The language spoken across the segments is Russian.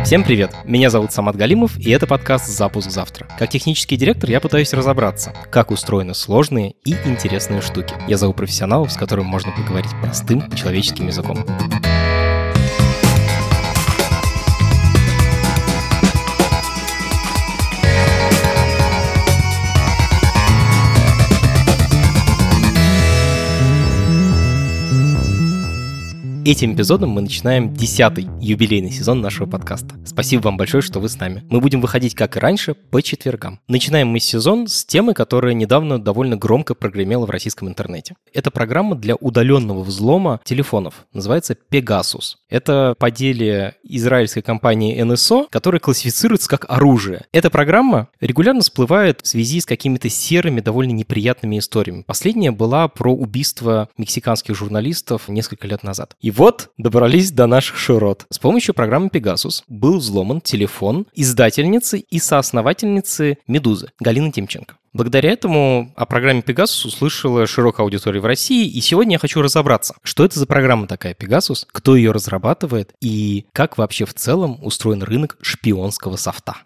Всем привет! Меня зовут Самат Галимов, и это подкаст «Запуск завтра». Как технический директор я пытаюсь разобраться, как устроены сложные и интересные штуки. Я зову профессионалов, с которыми можно поговорить простым человеческим языком. Этим эпизодом мы начинаем 10-й юбилейный сезон нашего подкаста. Спасибо вам большое, что вы с нами. Мы будем выходить, как и раньше, по четвергам. Начинаем мы сезон с темы, которая недавно довольно громко прогремела в российском интернете. Это программа для удаленного взлома телефонов. Называется Pegasus. Это поделие израильской компании NSO, которая классифицируется как оружие. Эта программа регулярно всплывает в связи с какими-то серыми, довольно неприятными историями. Последняя была про убийство мексиканских журналистов несколько лет назад. И вот добрались до наших широт. С помощью программы Pegasus был взломан телефон издательницы и соосновательницы «Медузы» Галины Тимченко. Благодаря этому о программе Pegasus услышала широкая аудитория в России, и сегодня я хочу разобраться, что это за программа такая Pegasus, кто ее разрабатывает и как вообще в целом устроен рынок шпионского софта.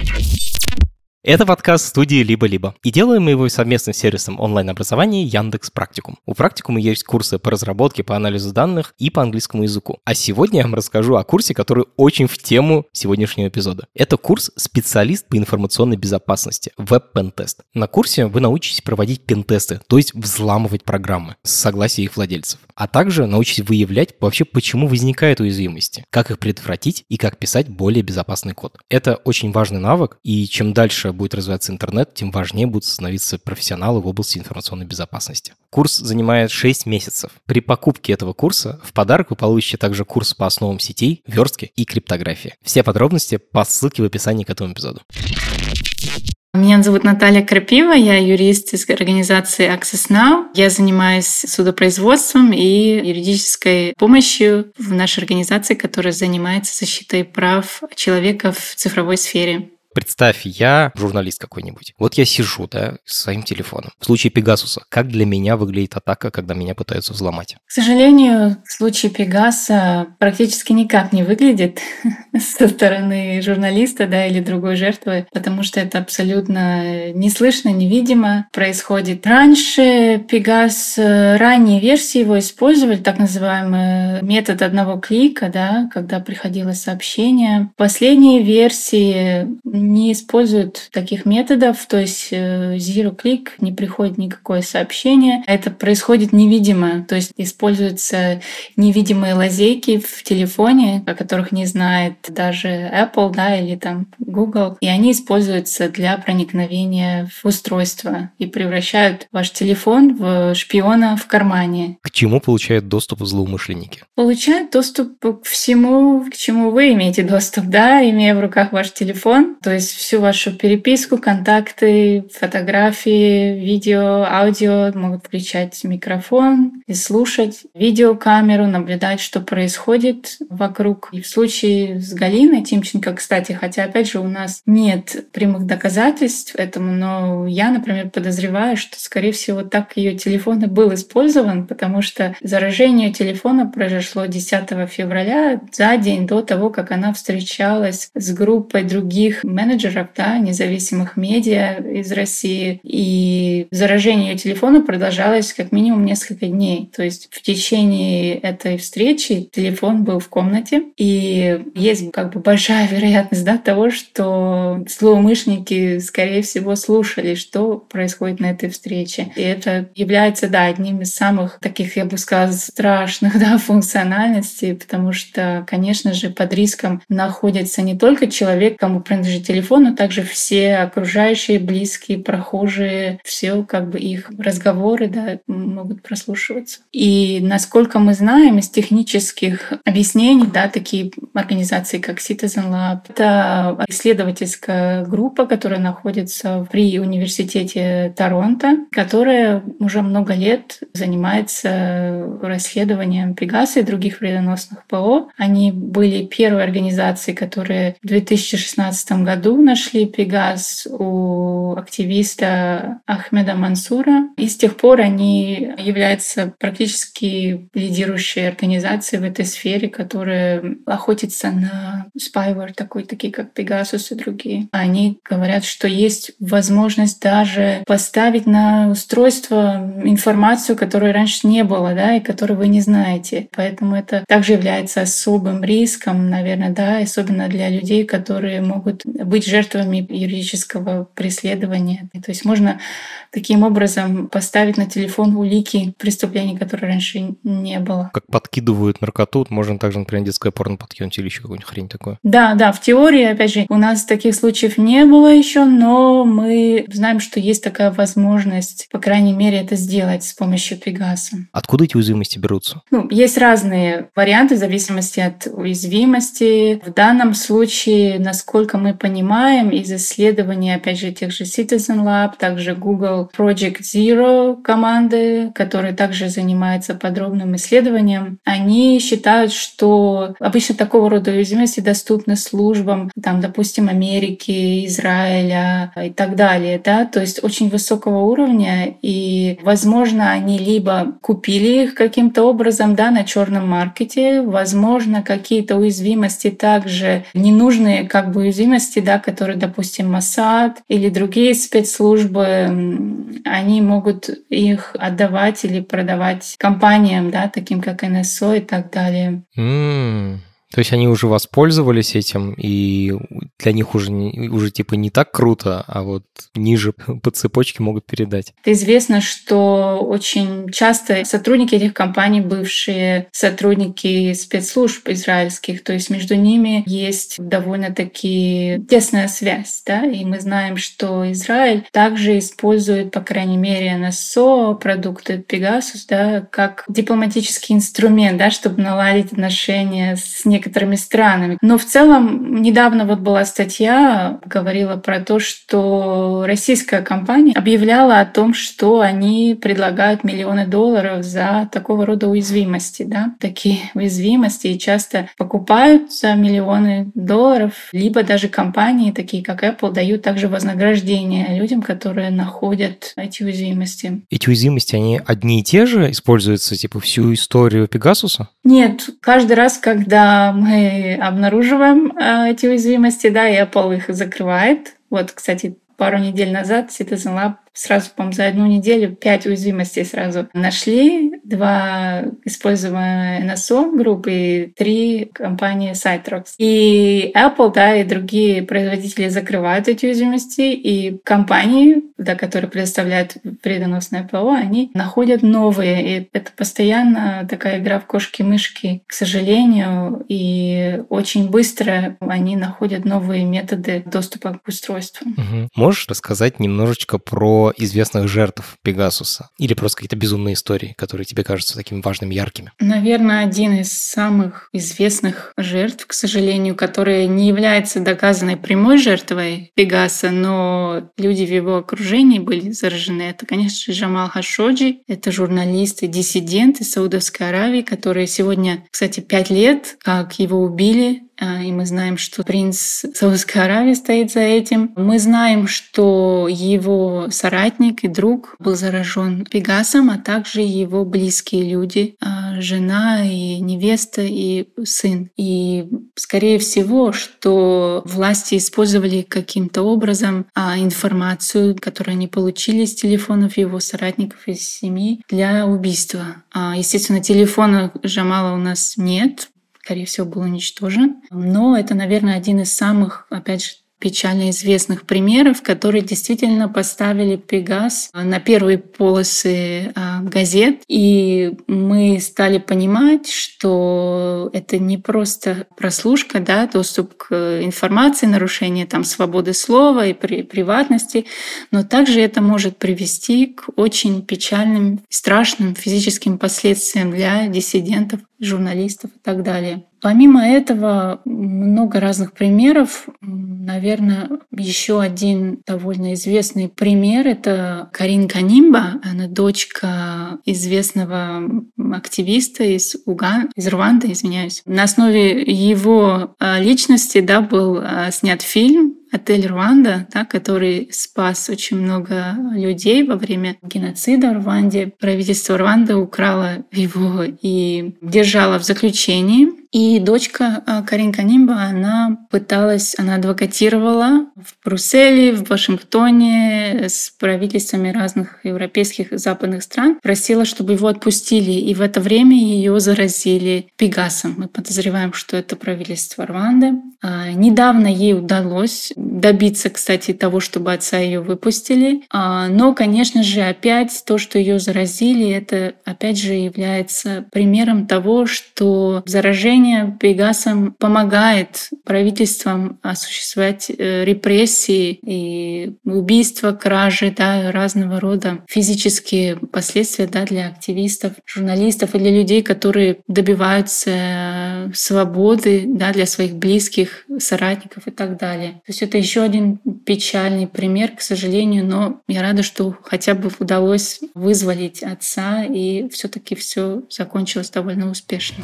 Это подкаст студии «Либо-либо», и делаем мы его совместно с сервисом онлайн-образования Яндекс.Практикум. У Практикума есть курсы по разработке, по анализу данных и по английскому языку. А сегодня я вам расскажу о курсе, который очень в тему сегодняшнего эпизода. Это курс «Специалист по информационной безопасности» веб-пентест. На курсе вы научитесь проводить пентесты, то есть взламывать программы с согласия их владельцев. А также научитесь выявлять вообще, почему возникают уязвимости, как их предотвратить и как писать более безопасный код. Это очень важный навык, и чем дальше будет развиваться интернет, тем важнее будут становиться профессионалы в области информационной безопасности. Курс занимает 6 месяцев. При покупке этого курса в подарок вы получите также курс по основам сетей, верстки и криптографии. Все подробности по ссылке в описании к этому эпизоду. Меня зовут Наталья Крапива, я юрист из организации Access Now. Я занимаюсь судопроизводством и юридической помощью в нашей организации, которая занимается защитой прав человека в цифровой сфере. Представь, я журналист какой-нибудь. Вот я сижу, с своим телефоном. В случае Пегасуса, как для меня выглядит атака, когда меня пытаются взломать? К сожалению, в случае Пегаса практически никак не выглядит со стороны журналиста, или другой жертвы, потому что это абсолютно не слышно, невидимо происходит. Раньше Пегас, ранние версии его использовали, так называемый метод одного клика, когда приходило сообщение. Последние версии не используют таких методов, то есть zero click, не приходит никакое сообщение. Это происходит невидимо, то есть используются невидимые лазейки в телефоне, о которых не знает даже Apple, или Google, и они используются для проникновения в устройство и превращают ваш телефон в шпиона в кармане. К чему получают доступ злоумышленники? Получают доступ к всему, к чему вы имеете доступ, имея в руках ваш телефон. То есть всю вашу переписку, контакты, фотографии, видео, аудио, могут включать микрофон и слушать, видеокамеру, наблюдать, что происходит вокруг. И в случае с Галиной Тимченко, кстати, хотя, опять же, у нас нет прямых доказательств этому, но я, например, подозреваю, что, скорее всего, так ее телефон и был использован, потому что заражение телефона произошло 10 февраля, за день до того, как она встречалась с группой других менеджеров, независимых медиа из России. И заражение ее телефона продолжалось как минимум несколько дней. То есть в течение этой встречи телефон был в комнате. И есть большая вероятность того, что злоумышленники, скорее всего, слушали, что происходит на этой встрече. И это является, одним из самых таких, я бы сказала, страшных функциональностей, потому что, конечно же, под риском находится не только человек, кому принадлежит телефон, но также все окружающие, близкие, прохожие, все их разговоры могут прослушиваться. И насколько мы знаем из технических объяснений, такие организации, как Citizen Lab, это исследовательская группа, которая находится при университете Торонто, которая уже много лет занимается расследованием Пегаса и других вредоносных ПО. Они были первой организацией, которая в 2016 году году нашли Пегас у активиста Ахмеда Мансура. И с тех пор они являются практически лидирующей организацией в этой сфере, которая охотится на spyware, такие как Pegasus и другие. Они говорят, что есть возможность даже поставить на устройство информацию, которой раньше не было, да, и которую вы не знаете. Поэтому это также является особым риском, наверное, да, особенно для людей, которые могут быть жертвами юридического преследования. То есть можно таким образом поставить на телефон улики преступлений, которые раньше не было. Как подкидывают наркоту, можно также, например, детское порно подкинуть или еще какую-нибудь хрень такое. Да, в теории, опять же, у нас таких случаев не было еще, но мы знаем, что есть такая возможность, по крайней мере, это сделать с помощью Пегаса. Откуда эти уязвимости берутся? Есть разные варианты в зависимости от уязвимости. В данном случае, насколько мы понимаем, из исследований, опять же, тех же Citizen Lab, также Google Project Zero команды, которые также занимаются подробным исследованием, они считают, что обычно такого рода уязвимости доступны службам, допустим, Америки, Израиля и так далее, да, то есть очень высокого уровня, и, возможно, они либо купили их каким-то образом, да, на черном маркете, возможно, какие-то уязвимости также ненужные уязвимости, да, которые, допустим, Моссад или другие спецслужбы, они могут их отдавать или продавать компаниям, да, таким как НСО и так далее. То есть они уже воспользовались этим, и для них уже типа не так круто, а вот ниже по цепочке могут передать. Известно, что очень часто сотрудники этих компаний бывшие сотрудники спецслужб израильских, то есть между ними есть довольно-таки тесная связь, да, и мы знаем, что Израиль также использует, по крайней мере, НСО, продукты Pegasus, да, как дипломатический инструмент, да, чтобы наладить отношения с некоторыми странами. Но в целом недавно была статья, говорила про то, что российская компания объявляла о том, что они предлагают миллионы долларов за такого рода уязвимости. Да? Такие уязвимости и часто покупают за миллионы долларов, либо даже компании, такие как Apple, дают также вознаграждение людям, которые находят эти уязвимости. Эти уязвимости, они одни и те же используются, типа, всю историю Пегасуса? Нет, каждый раз, когда мы обнаруживаем эти уязвимости, да, и Apple их закрывает. Кстати, пару недель назад Citizen Lab сразу, по-моему, за одну неделю 5 уязвимостей сразу нашли, 2 используемые НСО группы и 3 компании Citrox. И Apple, да, и другие производители закрывают эти уязвимости, и компании, да, которые предоставляют вредоносное ПО, они находят новые. И это постоянно такая игра в кошки-мышки, к сожалению, и очень быстро они находят новые методы доступа к устройству. Можешь рассказать немножечко про известных жертв Пегасуса? Или просто какие-то безумные истории, которые тебе кажутся такими важными, яркими? Наверное, один из самых известных жертв, к сожалению, который не является доказанной прямой жертвой Пегаса, но люди в его окружении были заражены. Это, конечно же, Джамал Хашоджи. Это журналист и диссидент из Саудовской Аравии, который сегодня, кстати, 5 лет, как его убили. И мы знаем, что принц Саудовской Аравии стоит за этим. Мы знаем, что его соратник и друг был заражен Пегасом, а также его близкие люди, жена и невеста и сын. И, скорее всего, что власти использовали каким-то образом информацию, которую они получили из телефонов его соратников из семьи для убийства. Естественно, телефона Джамала у нас нет. Скорее всего, был уничтожен. Но это, наверное, один из самых, опять же, печально известных примеров, которые действительно поставили Пегас на первые полосы газет. И мы стали понимать, что это не просто прослушка, да, доступ к информации, нарушение свободы слова и приватности, но также это может привести к очень печальным, страшным физическим последствиям для диссидентов, журналистов и так далее. Помимо этого, много разных примеров. Наверное, еще один довольно известный пример — это Карин Канимба. Она дочка известного активиста из Руанды, извиняюсь. На основе его личности, да, был снят фильм отель Руанда, да, который спас очень много людей во время геноцида в Руанде. Правительство Руанды украло его и держало в заключении. И дочка Карин Канимба, она адвокатировала в Брюсселе, в Вашингтоне с правительствами разных европейских и западных стран, просила, чтобы его отпустили. И в это время ее заразили пегасом. Мы подозреваем, что это правительство Руанды. Недавно ей удалось добиться, кстати, того, чтобы отца ее выпустили. Но, конечно же, опять то, что ее заразили, это опять же является примером того, что заражение пегасом помогает правительствам осуществлять репрессии и убийства, кражи, да, разного рода физические последствия, да, для активистов, журналистов и для людей, которые добиваются свободы, да, для своих близких, соратников и так далее. То есть это еще один печальный пример, к сожалению, но я рада, что хотя бы удалось вызволить отца, и все-таки все закончилось довольно успешно.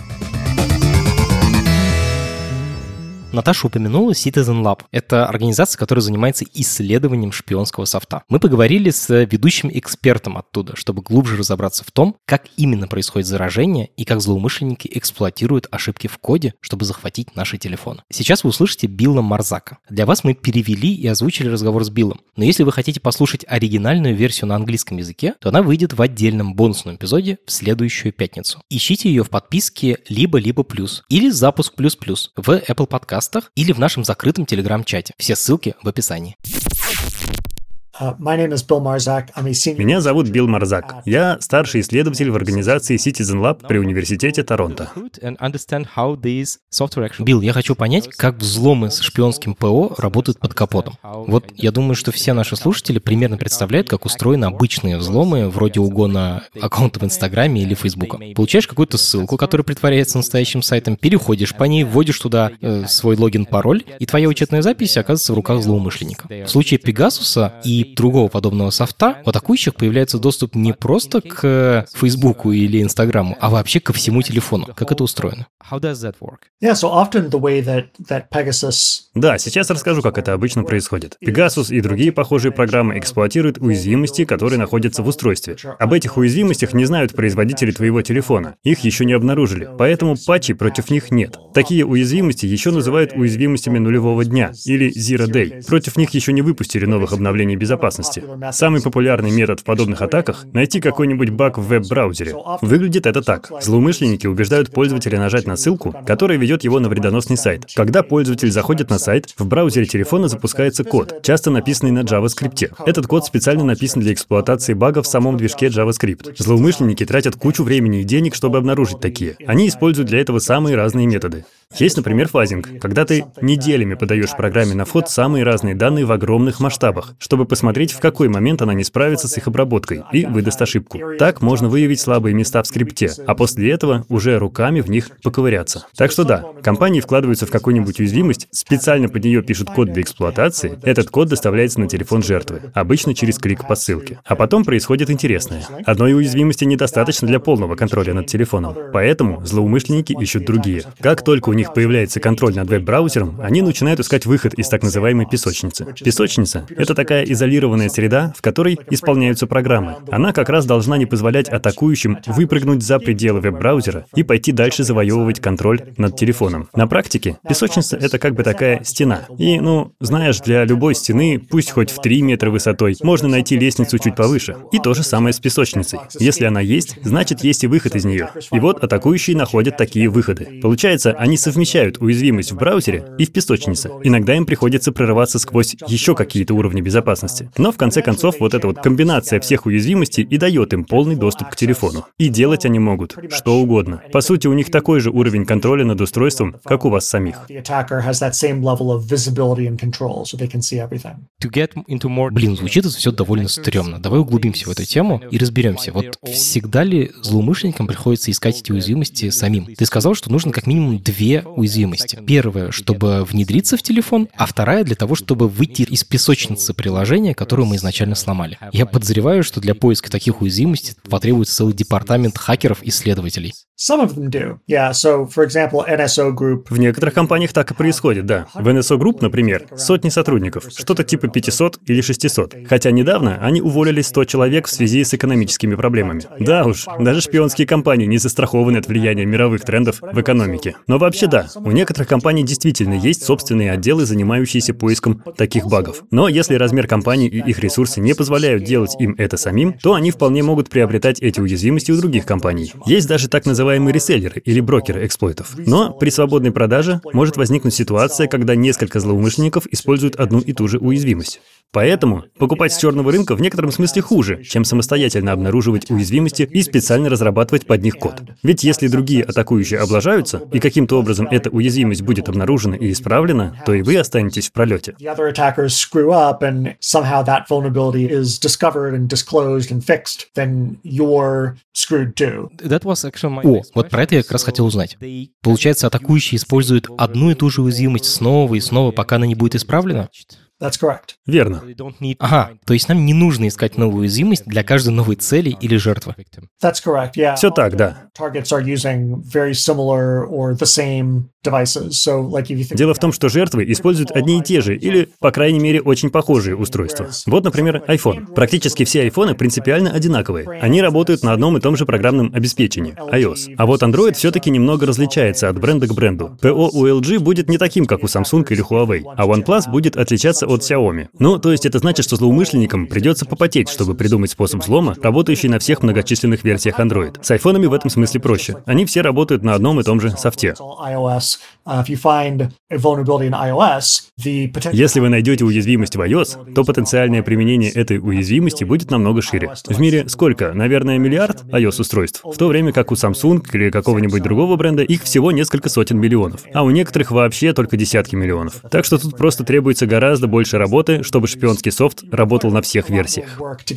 Наташа упомянула Citizen Lab. Это организация, которая занимается исследованием шпионского софта. Мы поговорили с ведущим экспертом оттуда, чтобы глубже разобраться в том, как именно происходит заражение и как злоумышленники эксплуатируют ошибки в коде, чтобы захватить наши телефоны. Сейчас вы услышите Билла Марзака. Для вас мы перевели и озвучили разговор с Биллом. Но если вы хотите послушать оригинальную версию на английском языке, то она выйдет в отдельном бонусном эпизоде в следующую пятницу. Ищите ее в подписке либо плюс или запуск плюс в Apple Podcast или в нашем закрытом телеграм-чате. Все ссылки в описании. Меня зовут Билл Марзак. Я старший исследователь в организации Citizen Lab при Университете Торонто. Билл, я хочу понять, как взломы с шпионским ПО работают под капотом. Вот я думаю, что все наши слушатели примерно представляют, как устроены обычные взломы, вроде угона аккаунта в Инстаграме или Фейсбука. Получаешь какую-то ссылку, которая притворяется настоящим сайтом, переходишь по ней, вводишь туда свой логин-пароль, и твоя учетная запись оказывается в руках злоумышленника. В случае Пегасуса и другого подобного софта у атакующих появляется доступ не просто к Фейсбуку или Инстаграму, а вообще ко всему телефону. Как это устроено? Да, сейчас расскажу, как это обычно происходит. Pegasus и другие похожие программы эксплуатируют уязвимости, которые находятся в устройстве. Об этих уязвимостях не знают производители твоего телефона. Их еще не обнаружили, поэтому патчей против них нет. Такие уязвимости еще называют уязвимостями нулевого дня или Zero Day. Против них еще не выпустили новых обновлений безопасности. Самый популярный метод в подобных атаках — найти какой-нибудь баг в веб-браузере. Выглядит это так. Злоумышленники убеждают пользователя нажать на ссылку, которая ведет его на вредоносный сайт. Когда пользователь заходит на сайт, в браузере телефона запускается код, часто написанный на JavaScript. Этот код специально написан для эксплуатации багов в самом движке JavaScript. Злоумышленники тратят кучу времени и денег, чтобы обнаружить такие. Они используют для этого самые разные методы. Есть, например, фазинг, когда ты неделями подаешь программе на вход самые разные данные в огромных масштабах, чтобы посмотреть, в какой момент она не справится с их обработкой и выдаст ошибку. Так можно выявить слабые места в скрипте, а после этого уже руками в них поковыряться. Так что да, компании вкладываются в какую-нибудь уязвимость, специально под нее пишут код для эксплуатации, этот код доставляется на телефон жертвы, обычно через клик по ссылке. А потом происходит интересное. Одной уязвимости недостаточно для полного контроля над телефоном, поэтому злоумышленники ищут другие. Как только у них появляется контроль над веб-браузером, они начинают искать выход из так называемой песочницы. Песочница — это такая изолированная среда, в которой исполняются программы. Она как раз должна не позволять атакующим выпрыгнуть за пределы веб-браузера и пойти дальше завоевывать контроль над телефоном. На практике песочница — это как бы такая стена. И, знаешь, для любой стены, пусть хоть в 3 метра высотой, можно найти лестницу чуть повыше. И то же самое с песочницей. Если она есть, значит, есть и выход из нее. И вот атакующие находят такие выходы. Получается, они совмещают уязвимость в браузере и в песочнице. Иногда им приходится прорываться сквозь еще какие-то уровни безопасности. Но в конце концов, вот эта вот комбинация всех уязвимостей и дает им полный доступ к телефону. И делать они могут что угодно. По сути, у них такой же уровень контроля над устройством, как у вас самих. Блин, звучит это все довольно стрёмно. Давай углубимся в эту тему и разберемся. Вот всегда ли злоумышленникам приходится искать эти уязвимости самим? Ты сказал, что нужно как минимум 2 две уязвимости. Первая, чтобы внедриться в телефон, а вторая для того, чтобы выйти из песочницы приложения, которую мы изначально сломали. Я подозреваю, что для поиска таких уязвимостей потребуется целый департамент хакеров-исследователей. В некоторых компаниях так и происходит, да. В NSO Group, например, сотни сотрудников, что-то типа 500 или 600. Хотя недавно они уволили 100 человек в связи с экономическими проблемами. Да уж, даже шпионские компании не застрахованы от влияния мировых трендов в экономике. Но вообще да, у некоторых компаний действительно есть собственные отделы, занимающиеся поиском таких багов. Но если размер компании и их ресурсы не позволяют делать им это самим, то они вполне могут приобретать эти уязвимости у других компаний. Есть даже так называемые реселлеры или брокеры эксплойтов. Но при свободной продаже может возникнуть ситуация, когда несколько злоумышленников используют одну и ту же уязвимость. Поэтому покупать с черного рынка в некотором смысле хуже, чем самостоятельно обнаруживать уязвимости и специально разрабатывать под них код. Ведь если другие атакующие облажаются, и каким-то образом эта уязвимость будет обнаружена и исправлена, то и вы останетесь в пролете. О, вот про это я как раз хотел узнать. Получается, атакующие используют одну и ту же уязвимость снова и снова, пока она не будет исправлена? Верно. Ага, то есть нам не нужно искать новую уязвимость для каждой новой цели или жертвы. Все так, да. Дело в том, что жертвы используют одни и те же, или, по крайней мере, очень похожие устройства. Вот, например, iPhone. Практически все айфоны принципиально одинаковые. Они работают на одном и том же программном обеспечении — iOS. А вот Android все-таки немного различается от бренда к бренду. ПО у LG будет не таким, как у Samsung или Huawei, а OnePlus будет отличаться от Xiaomi. Ну, то есть это значит, что злоумышленникам придется попотеть, чтобы придумать способ взлома, работающий на всех многочисленных версиях Android. С айфонами в этом смысле проще. Они все работают на одном и том же софте. Если вы найдете уязвимость в iOS, то потенциальное применение этой уязвимости будет намного шире. В мире сколько? Наверное, миллиард iOS-устройств? В то время как у Samsung или какого-нибудь другого бренда их всего несколько сотен миллионов. А у некоторых вообще только десятки миллионов. Так что тут просто требуется гораздо больше работы, чтобы шпионский софт работал на всех версиях.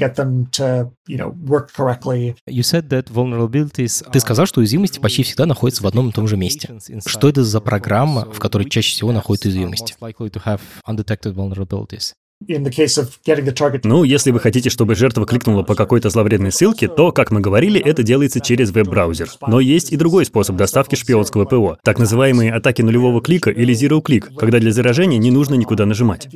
Ты сказал, что уязвимости почти всегда находятся в одном и том же месте. Что это за программа, в которой чаще всего находят уязвимости? Ну, если вы хотите, чтобы жертва кликнула по какой-то зловредной ссылке, то, как мы говорили, это делается через веб-браузер. Но есть и другой способ доставки шпионского ПО, так называемые атаки нулевого клика или zero click, когда для заражения не нужно никуда нажимать.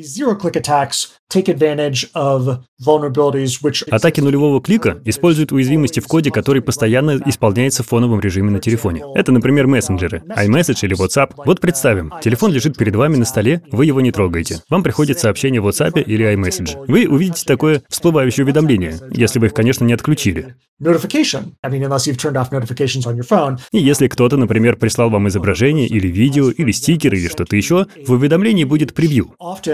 Атаки нулевого клика используют уязвимости в коде, который постоянно исполняется в фоновом режиме на телефоне. Это, например, мессенджеры, iMessage или WhatsApp. Вот представим, телефон лежит перед вами на столе, вы его не трогаете. Вам приходит сообщение в WhatsApp или iMessage. Вы увидите такое всплывающее уведомление, если вы их, конечно, не отключили. И если кто-то, например, прислал вам изображение или видео, или стикер, или что-то еще, в уведомлении будет превью.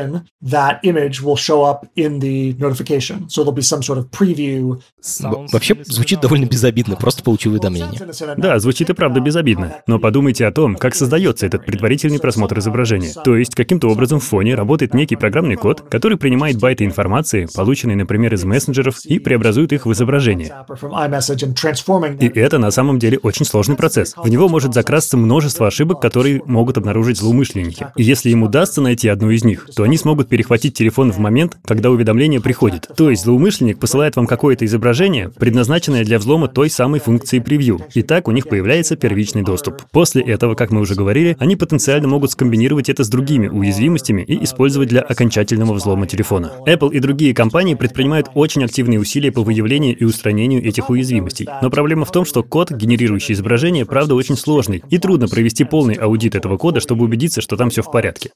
Вообще звучит довольно безобидно, просто получу уведомление. Да, звучит и правда безобидно. Но подумайте о том, как создается этот предварительный просмотр изображения. То есть, каким-то образом в фоне работает некий программный код, который принимает байты информации, полученные, например, из мессенджеров, и преобразует их в изображение. И это на самом деле очень сложный процесс. В него может закрасться множество ошибок, которые могут обнаружить злоумышленники. И если им удастся найти одну из них, то они смогут перехватить телефон в момент, когда уведомление приходит. То есть злоумышленник посылает вам какое-то изображение, предназначенное для взлома той самой функции превью. И так у них появляется первичный доступ. После этого, как мы уже говорили, они потенциально могут скомбинировать это с другими уязвимостями и использовать для окончательного взлома телефона. Apple и другие компании предпринимают очень активные усилия по выявлению и устранению этих уязвимостей. Но проблема в том, что код, генерирующий изображение, правда очень сложный, и трудно провести полный аудит этого кода, чтобы убедиться, что там все в порядке.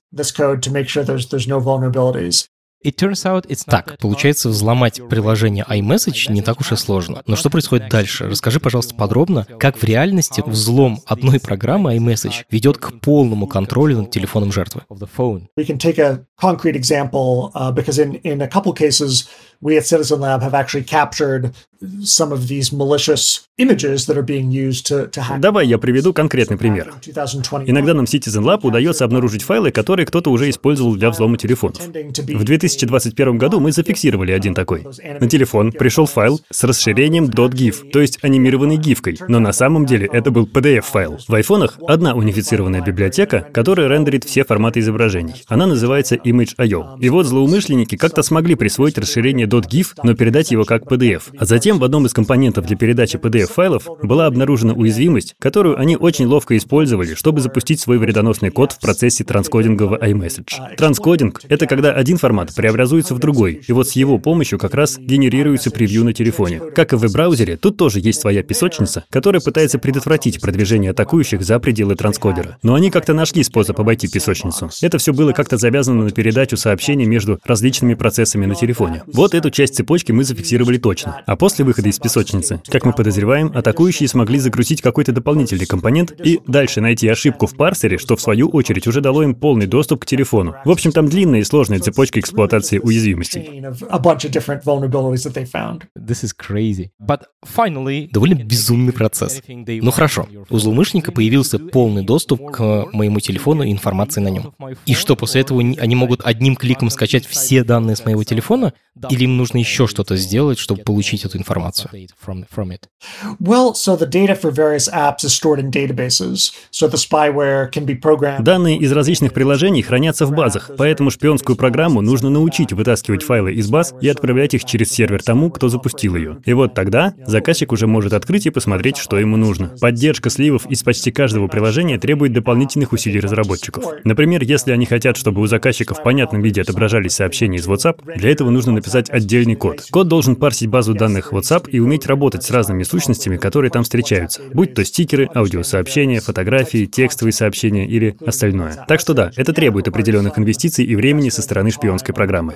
Так, получается, взломать приложение iMessage не так уж и сложно. Но что происходит дальше? Расскажи, пожалуйста, подробно, как в реальности взлом одной программы iMessage ведет к полному контролю над телефоном жертвы. we at Citizen Lab have actually captured some of these malicious images that are being used to hack. Давай я приведу конкретный пример. Иногда нам Citizen Lab удается обнаружить файлы, которые кто-то уже использовал для взлома телефонов. В 2021 году мы зафиксировали один такой. На телефон пришел файл с расширением .gif, то есть анимированной гифкой, но на самом деле это был PDF-файл. В айфонах одна унифицированная библиотека, которая рендерит все форматы изображений. Она называется Image.io. И вот злоумышленники как-то смогли присвоить расширение .gif, но передать его как PDF. А затем в одном из компонентов для передачи PDF-файлов была обнаружена уязвимость, которую они очень ловко использовали, чтобы запустить свой вредоносный код в процессе транскодингового iMessage. Транскодинг — это когда один формат преобразуется в другой, и вот с его помощью как раз генерируется превью на телефоне. Как и в веб-браузере, тут тоже есть своя песочница, которая пытается предотвратить продвижение атакующих за пределы транскодера. Но они как-то нашли способ обойти песочницу. Это все было как-то завязано на передачу сообщений между различными процессами на телефоне. Вот эту часть цепочки мы зафиксировали точно. А после выхода из песочницы, как мы подозреваем, атакующие смогли загрузить какой-то дополнительный компонент и дальше найти ошибку в парсере, что в свою очередь уже дало им полный доступ к телефону. В общем, там длинная и сложная цепочка эксплуатации уязвимостей. This is crazy. But finally, довольно безумный процесс. Ну хорошо, у злоумышленника появился полный доступ к моему телефону и информации на нем. И что, после этого они могут одним кликом скачать все данные с моего телефона? Или им нужно еще что-то сделать, чтобы получить эту информацию? Well, so the data for various apps is stored in databases, so the spyware can be programmed. Данные из различных приложений хранятся в базах, поэтому шпионскую программу нужно научить вытаскивать файлы из баз и отправлять их через сервер тому, кто запустил ее. И вот тогда заказчик уже может открыть и посмотреть, что ему нужно. Поддержка сливов из почти каждого приложения требует дополнительных усилий разработчиков. Например, если они хотят, чтобы у заказчиков в понятном виде отображались сообщения из WhatsApp, для этого нужно написать отдельный код. Код должен парсить базу данных WhatsApp и уметь работать с разными сущностями, которые там встречаются, будь то стикеры, аудиосообщения, фотографии, текстовые сообщения или остальное. Так что да, это требует определенных инвестиций и времени со стороны шпионской программы.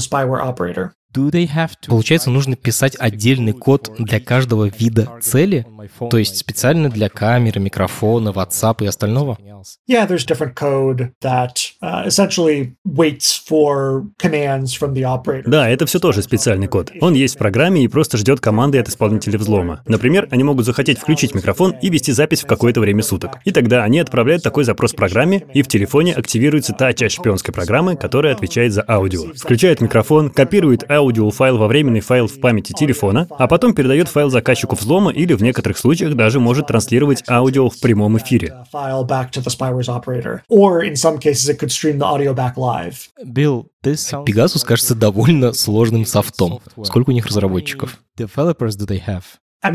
Получается, нужно писать отдельный код для каждого вида цели? То есть специально для камеры, микрофона, WhatsApp и остального? Yeah, there's different code that essentially waits for commands from the operator. Да, это все тоже специальный код. Он есть в программе и просто ждет команды от исполнителя взлома. Например, они могут захотеть включить микрофон и вести запись в какое-то время суток. И тогда они отправляют такой запрос программе, и в телефоне активируется та часть шпионской программы, которая отвечает за аудио. Включает микрофон, копирует аудиофайл во временный файл в памяти телефона, а потом передает файл заказчику взлома или в некоторых случаях даже может транслировать аудио в прямом эфире. Билл, Pegasus кажется довольно сложным софтом. Сколько у них разработчиков? Developers do they have?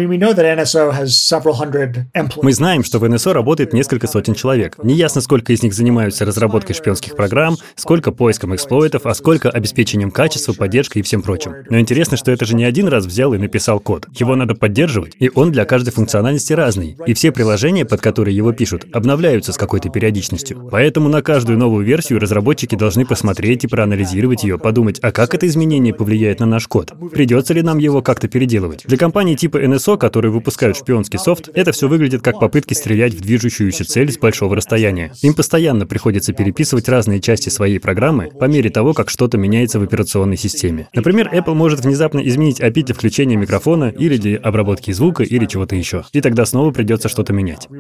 Мы знаем, что в NSO работает несколько сотен человек. Неясно, сколько из них занимаются разработкой шпионских программ, сколько поиском эксплойтов, а сколько обеспечением качества, поддержкой и всем прочим. Но интересно, что это же не один раз взял и написал код. Его надо поддерживать, и он для каждой функциональности разный. И все приложения, под которые его пишут, обновляются с какой-то периодичностью. Поэтому на каждую новую версию разработчики должны посмотреть и проанализировать ее, подумать, а как это изменение повлияет на наш код? Придется ли нам его как-то переделывать? Для компании типа NSO, которые выпускают шпионский софт, это все выглядит как попытки стрелять в движущуюся цель с большого расстояния. Им постоянно приходится переписывать разные части своей программы по мере того, как что-то меняется в операционной системе. Например, Apple может внезапно изменить API для включения микрофона или для обработки звука или чего-то еще. И тогда снова придется что-то менять.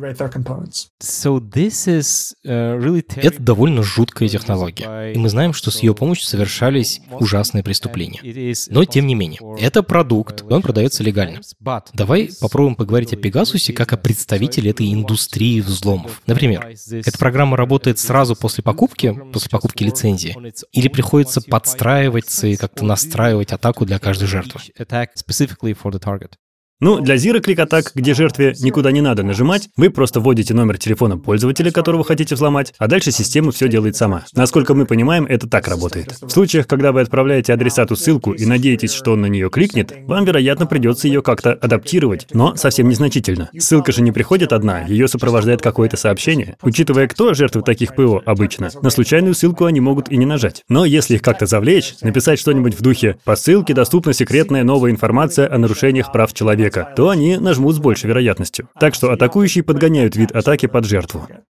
Это довольно жуткая технология. И мы знаем, что с ее помощью совершались ужасные преступления. Но тем не менее, это продукт, и он продается легально. Давай попробуем поговорить о Пегасусе как о представителе этой индустрии взломов. Например, эта программа работает сразу после покупки лицензии, или приходится подстраиваться и как-то настраивать атаку для каждой жертвы? Ну, для Zero-Click-атак, где жертве никуда не надо нажимать, вы просто вводите номер телефона пользователя, которого хотите взломать, а дальше система все делает сама. Насколько мы понимаем, это так работает. В случаях, когда вы отправляете адресату ссылку и надеетесь, что он на нее кликнет, вам, вероятно, придется ее как-то адаптировать, но совсем незначительно. Ссылка же не приходит одна, ее сопровождает какое-то сообщение. Учитывая, кто жертвы таких ПО обычно, на случайную ссылку они могут и не нажать. Но если их как-то завлечь, написать что-нибудь в духе «По ссылке доступна секретная новая информация о нарушениях прав человека», то они нажмут с большей вероятностью. Так что атакующие подгоняют вид атаки под жертву.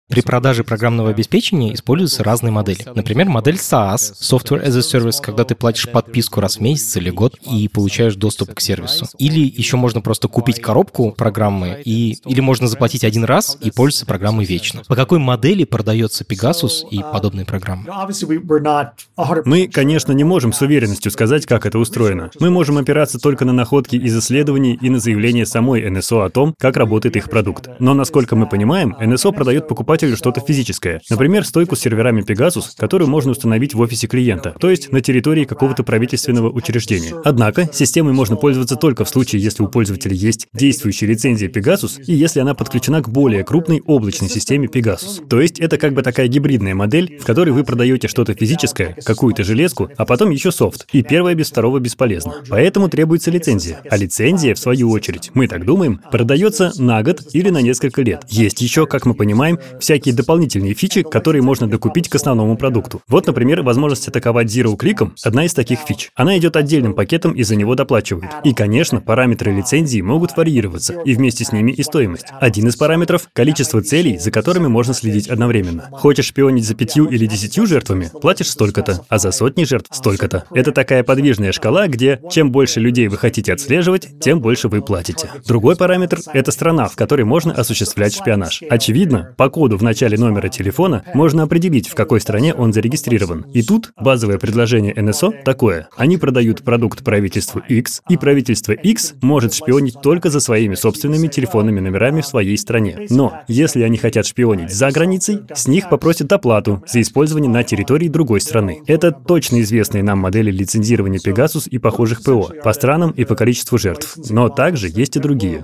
При продаже программного обеспечения используются разные модели. Например, модель SaaS, Software as a Service, когда ты платишь подписку раз в месяц или год и получаешь доступ к сервису. Или еще можно просто купить коробку программы, или можно заплатить один раз и пользоваться программой вечно. По какой модели продается Pegasus и подобные программы? Мы, конечно, не можем с уверенностью сказать, как это устроено. Мы можем опираться только на находки из исследований и на заявления самой НСО о том, как работает их продукт. Но, насколько мы понимаем, НСО продает покупателю что-то физическое. Например, стойку с серверами Pegasus, которую можно установить в офисе клиента, то есть на территории какого-то правительственного учреждения. Однако, системой можно пользоваться только в случае, если у пользователя есть действующая лицензия Pegasus и если она подключена к более крупной облачной системе Pegasus. То есть это как бы такая гибридная модель, в которой вы продаете что-то физическое, какую-то железку, а потом еще софт. И первое без второго бесполезно. Поэтому требуется лицензия. А лицензия, в свою очередь, мы так думаем, продается на год или на несколько лет. Есть еще, как мы понимаем, всякие дополнительные фичи, которые можно докупить к основному продукту. Вот, например, возможность атаковать Zero-кликом — одна из таких фич. Она идет отдельным пакетом и за него доплачивают. И, конечно, параметры лицензии могут варьироваться, и вместе с ними и стоимость. Один из параметров — количество целей, за которыми можно следить одновременно. Хочешь шпионить за 5 или 10 жертвами — платишь столько-то, а за сотни жертв — столько-то. Это такая подвижная шкала, где чем больше людей вы хотите отслеживать, тем больше вы платите. Другой параметр — это страна, в которой можно осуществлять шпионаж. Очевидно, по коду в начале номера телефона можно определить, в какой стране он зарегистрирован. И тут базовое предложение НСО такое. Они продают продукт правительству X, и правительство X может шпионить только за своими собственными телефонными номерами в своей стране. Но если они хотят шпионить за границей, с них попросят оплату за использование на территории другой страны. Это точно известные нам модели лицензирования Pegasus и похожих ПО по странам и по количеству жертв. Но также есть и другие.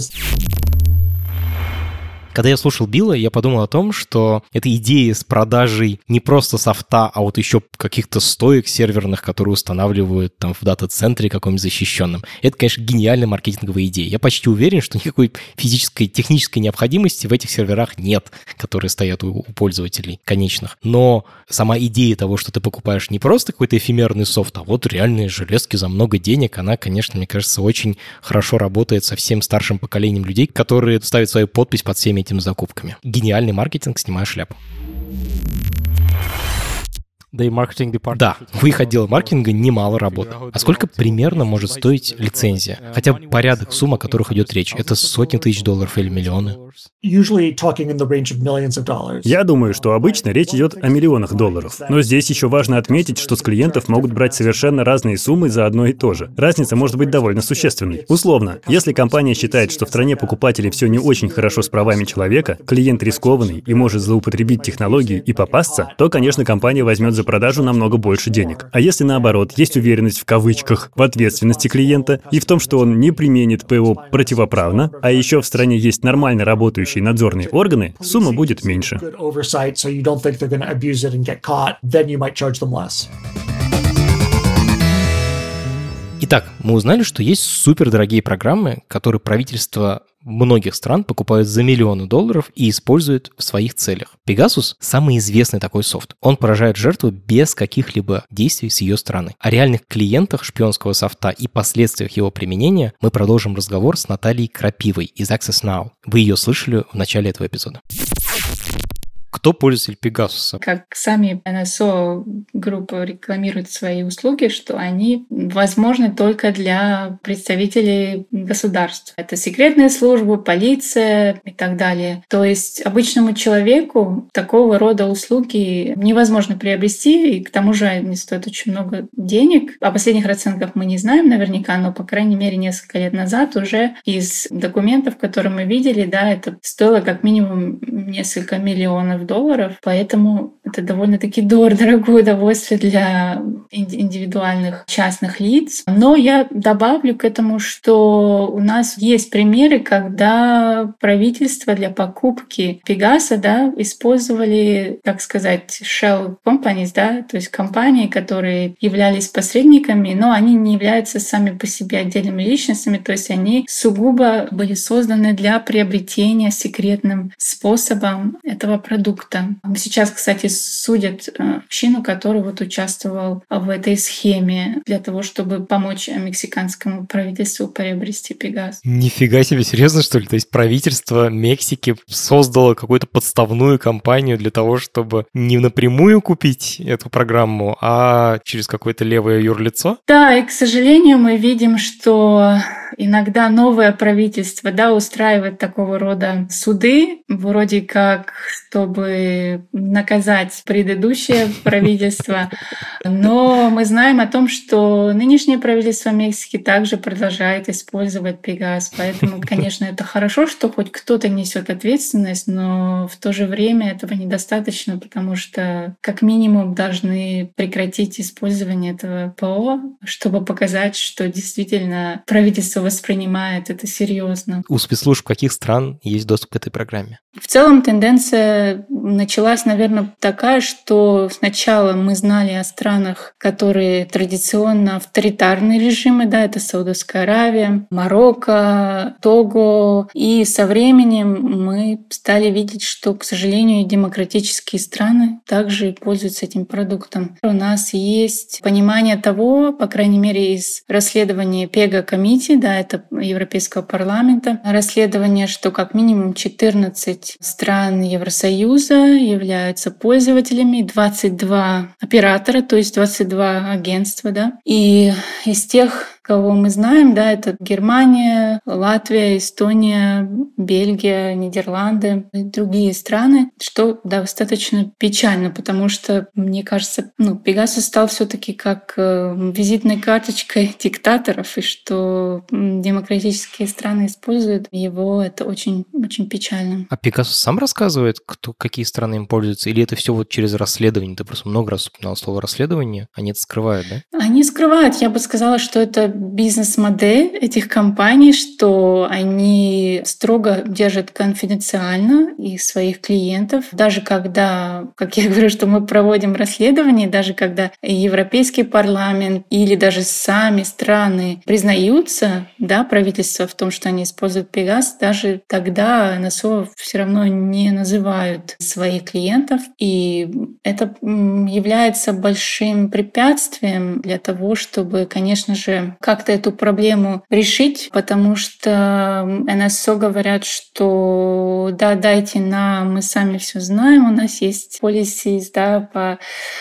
Когда я слушал Билла, я подумал о том, что эта идея с продажей не просто софта, а вот еще каких-то стоек серверных, которые устанавливают там в дата-центре каком-нибудь защищенном. Это, конечно, гениальная маркетинговая идея. Я почти уверен, что никакой физической, технической необходимости в этих серверах нет, которые стоят у пользователей конечных. Но сама идея того, что ты покупаешь не просто какой-то эфемерный софт, а вот реальные железки за много денег, она, конечно, мне кажется, очень хорошо работает со всем старшим поколением людей, которые ставят свою подпись под всеми этими закупками. Гениальный маркетинг, снимаю шляпу. Да, у их отдела маркетинга немало работы. А сколько примерно может стоить лицензия? Хотя бы порядок сумм, о которых идет речь. Это сотни тысяч долларов или миллионы? Я думаю, что обычно речь идет о миллионах долларов. Но здесь еще важно отметить, что с клиентов могут брать совершенно разные суммы за одно и то же. Разница может быть довольно существенной. Условно, если компания считает, что в стране покупателей все не очень хорошо с правами человека, клиент рискованный и может злоупотребить технологию и попасться, то, конечно, компания возьмет за продажу намного больше денег. А если наоборот, есть уверенность в кавычках в ответственности клиента и в том, что он не применит ПО противоправно, а еще в стране есть нормально работающие надзорные органы, сумма будет меньше. Итак, мы узнали, что есть супердорогие программы, которые правительства многих стран покупают за миллионы долларов и используют в своих целях. Pegasus – самый известный такой софт. Он поражает жертву без каких-либо действий с ее стороны. О реальных клиентах шпионского софта и последствиях его применения мы продолжим разговор с Натальей Крапивой из Access Now. Вы ее слышали в начале этого эпизода. Кто пользователь Pegasus? Как сами НСО группы рекламируют свои услуги, что они возможны только для представителей государств. Это секретные службы, полиция и так далее. То есть обычному человеку такого рода услуги невозможно приобрести, и к тому же они стоят очень много денег. О последних расценках мы не знаем наверняка, но, по крайней мере, несколько лет назад уже из документов, которые мы видели, да, это стоило как минимум несколько миллионов долларов, поэтому это довольно-таки дорогое удовольствие для индивидуальных частных лиц. Но я добавлю к этому, что у нас есть примеры, когда правительство для покупки Пегаса, да, использовали, так сказать, shell companies, да, то есть компании, которые являлись посредниками, но они не являются сами по себе отдельными личностями, то есть они сугубо были созданы для приобретения секретным способом этого продукта. продукта. Сейчас, кстати, судят мужчину, который вот участвовал в этой схеме для того, чтобы помочь мексиканскому правительству приобрести Пегас. Нифига себе, серьезно, что ли? То есть правительство Мексики создало какую-то подставную компанию для того, чтобы не напрямую купить эту программу, а через какое-то левое юрлицо? Да, и, к сожалению, мы видим, что иногда новое правительство, устраивает такого рода суды, вроде как, чтобы наказать предыдущее правительство. Но мы знаем о том, что нынешнее правительство Мексики также продолжает использовать Пегас. Поэтому, конечно, это хорошо, что хоть кто-то несет ответственность, но в то же время этого недостаточно, потому что как минимум должны прекратить использование этого ПО, чтобы показать, что действительно правительство воспринимает это серьезно. У спецслужб каких стран есть доступ к этой программе? В целом тенденция началась, наверное, такая, что сначала мы знали о странах, которые традиционно авторитарные режимы, это Саудовская Аравия, Марокко, Того, и со временем мы стали видеть, что, к сожалению, демократические страны также пользуются этим продуктом. У нас есть понимание того, по крайней мере, из расследования PEGA Committee, это Европейского парламента, расследование, что как минимум 14 стран Евросоюза являются пользователями, 22 оператора, то есть 22 агентства. И из тех, кого мы знаем, это Германия, Латвия, Эстония, Бельгия, Нидерланды и другие страны, что достаточно печально, потому что, мне кажется, Пегасус стал все-таки как визитной карточкой диктаторов, и что демократические страны используют его, это очень, очень печально. А Пегасус сам рассказывает, какие страны им пользуются, или это все вот через расследование? Ты просто много раз упоминал слово расследование, они это скрывают, да? Они скрывают. Я бы сказала, что это бизнес-модель этих компаний, что они строго держат конфиденциально и своих клиентов. Даже когда, как я говорю, что мы проводим расследование, даже когда Европейский парламент или даже сами страны признаются, правительство в том, что они используют Пегас, даже тогда НСО все равно не называют своих клиентов. И это является большим препятствием для того, чтобы, конечно же, как-то эту проблему решить, потому что НСО говорят, что дайте нам, мы сами все знаем, у нас есть policies, по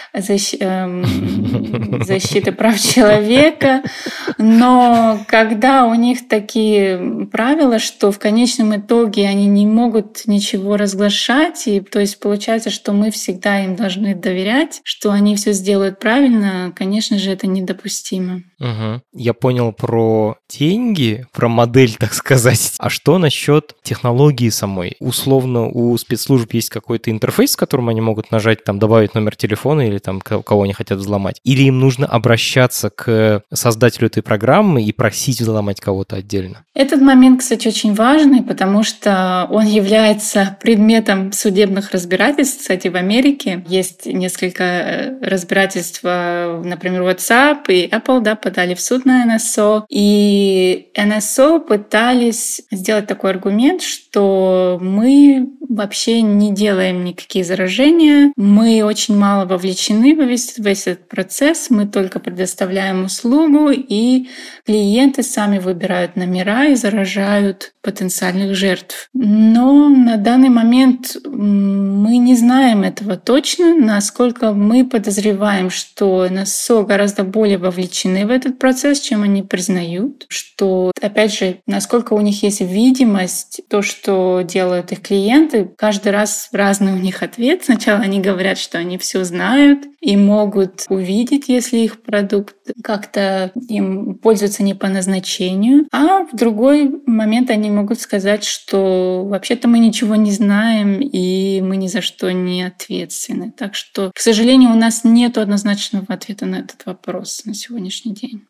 защите прав человека, но когда у них такие правила, что в конечном итоге они не могут ничего разглашать, и то есть получается, что мы всегда им должны доверять, что они все сделают правильно, конечно же, это недопустимо. Угу. Я понял про деньги, про модель, так сказать. А что насчет технологии самой? Условно, у спецслужб есть какой-то интерфейс, с которым они могут нажать, добавить номер телефона или кого они хотят взломать? Или им нужно обращаться к создателю этой программы и просить взломать кого-то отдельно? Этот момент, кстати, очень важный, потому что он является предметом судебных разбирательств. Кстати, в Америке есть несколько разбирательств, например, WhatsApp и Apple, подали в суд на НСО. И НСО пытались сделать такой аргумент, что мы вообще не делаем никакие заражения, мы очень мало вовлечены в весь этот процесс, мы только предоставляем услугу, и клиенты сами выбирают номера и заражают потенциальных жертв. Но на данный момент мы не знаем этого точно, насколько мы подозреваем, что НСО гораздо более вовлечены в этот процесс, чем они признают, что, опять же, насколько у них есть видимость, то, что делают их клиенты, каждый раз разный у них ответ. Сначала они говорят, что они все знают и могут увидеть, если их продукт как-то им пользуется не по назначению, а в другой момент они могут сказать, что вообще-то мы ничего не знаем и мы ни за что не ответственны. Так что, к сожалению, у нас нет однозначного ответа на этот вопрос на сегодняшний день.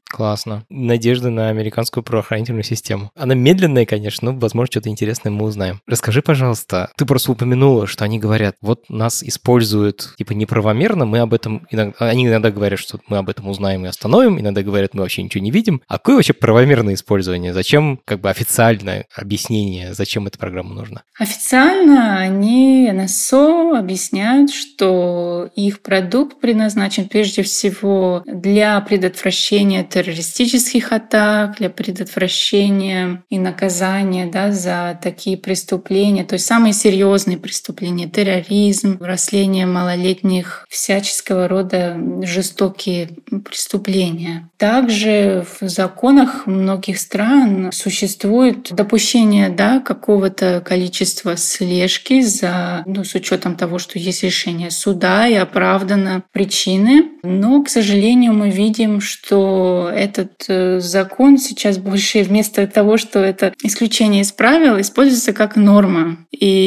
Классно. Надежда на американскую правоохранительную систему. Она медленная, конечно, но, возможно, что-то интересное мы узнаем. Расскажи, пожалуйста, ты просто упомянула, что они говорят, вот нас используют, типа, неправомерно, мы об этом они иногда говорят, что мы об этом узнаем и остановим, иногда говорят, мы вообще ничего не видим. А какое вообще правомерное использование? Зачем, как бы, официальное объяснение, зачем эта программа нужна? Официально они, НСО, объясняют, что их продукт предназначен прежде всего для предотвращения террористических атак, для предотвращения и наказания, да, за такие преступления, то есть самые серьезные преступления, терроризм, растление малолетних, всяческого рода жестокие преступления. Также в законах многих стран существует допущение, да, какого-то количества слежки за, с учетом того, что есть решение суда и оправдано причины. Но, к сожалению, мы видим, что этот закон сейчас больше вместо того, что это исключение из правил, используется как норма.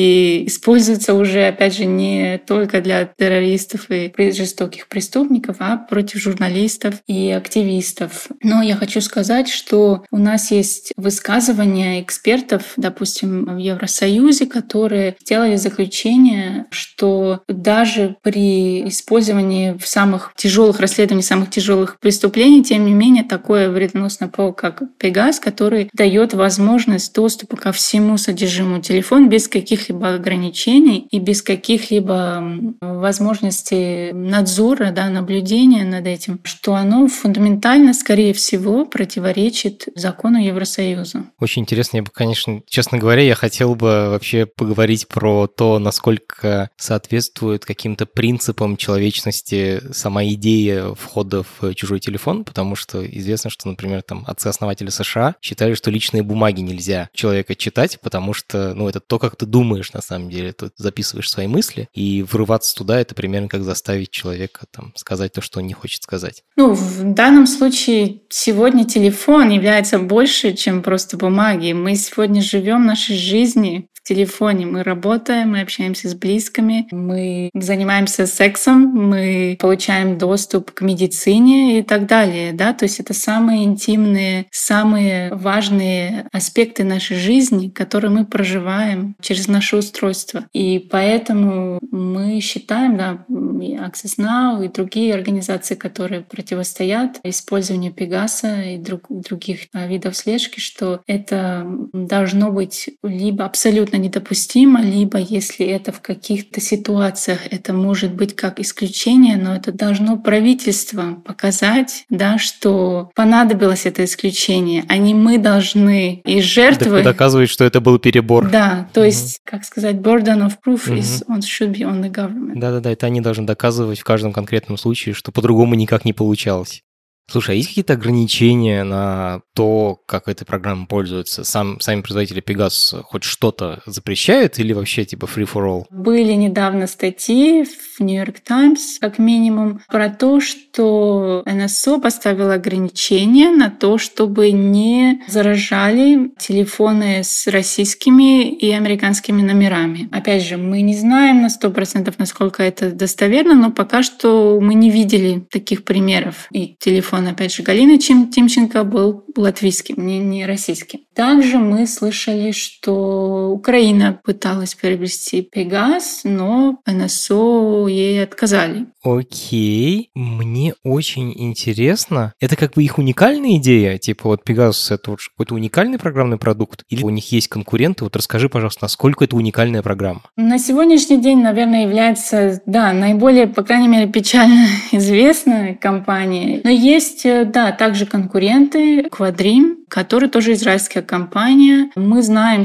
И используется уже, опять же, не только для террористов и жестоких преступников, а против журналистов и активистов. Но я хочу сказать, что у нас есть высказывания экспертов, допустим, в Евросоюзе, которые сделали заключение, что даже при использовании в самых тяжелых расследованиях самых тяжелых преступлений, тем не менее, такое вредоносное ПО, как Пегас, который дает возможность доступа ко всему содержимому телефона без каких-либо ограничений и без каких-либо возможностей надзора, да, наблюдения над этим, что оно фундаментально, скорее всего, противоречит закону Евросоюза. Очень интересно. Я бы, конечно, честно говоря, я хотел бы вообще поговорить про то, насколько соответствует каким-то принципам человечности сама идея входа в чужой телефон, потому что известно, что, например, там отцы-основатели США считали, что личные бумаги нельзя человека читать, потому что, это то, как ты думаешь на самом деле, ты записываешь свои мысли, и врываться туда — это примерно как заставить человека там сказать то, что он не хочет сказать. В данном случае сегодня телефон является больше, чем просто бумаги. Мы сегодня живем нашей жизни в телефоне. Мы работаем, мы общаемся с близкими, мы занимаемся сексом, мы получаем доступ к медицине и так далее. Да? То есть это самые интимные, самые важные аспекты нашей жизни, которые мы проживаем через наше устройство. И поэтому мы считаем, да, и Access Now, и другие организации, которые противостоят использованию Пегаса и других видов слежки, что это должно быть либо абсолютно недопустимо, либо если это в каких-то ситуациях, это может быть как исключение, но это должно правительство показать, да, что понадобилось это исключение, а не мы должны и жертвы... Доказывать, что это был перебор. Да, то есть, как сказать, burden of proof should be on the government. Да-да-да, это они должны доказывать в каждом конкретном случае, что по-другому никак не получалось. Слушай, а есть какие-то ограничения на то, как этой программой пользуются? Сами производители Pegasus хоть что-то запрещают или вообще типа free for all? Были недавно статьи в New York Times, как минимум, про то, что НСО поставило ограничения на то, чтобы не заражали телефоны с российскими и американскими номерами. Опять же, мы не знаем на 100%, насколько это достоверно, но пока что мы не видели таких примеров. И телефон, опять же, Галины Тимченко был латвийским, не российским. Также мы слышали, что Украина пыталась приобрести Пегас, но НСО ей отказали. Окей, мне очень интересно. Это как бы их уникальная идея? Типа вот Pegasus — это вот какой-то уникальный программный продукт? Или у них есть конкуренты? Вот расскажи, пожалуйста, насколько это уникальная программа? На сегодняшний день, наверное, является, наиболее, по крайней мере, печально известной компанией. Но есть, также конкуренты Quadrim, который тоже израильская компания. Мы знаем,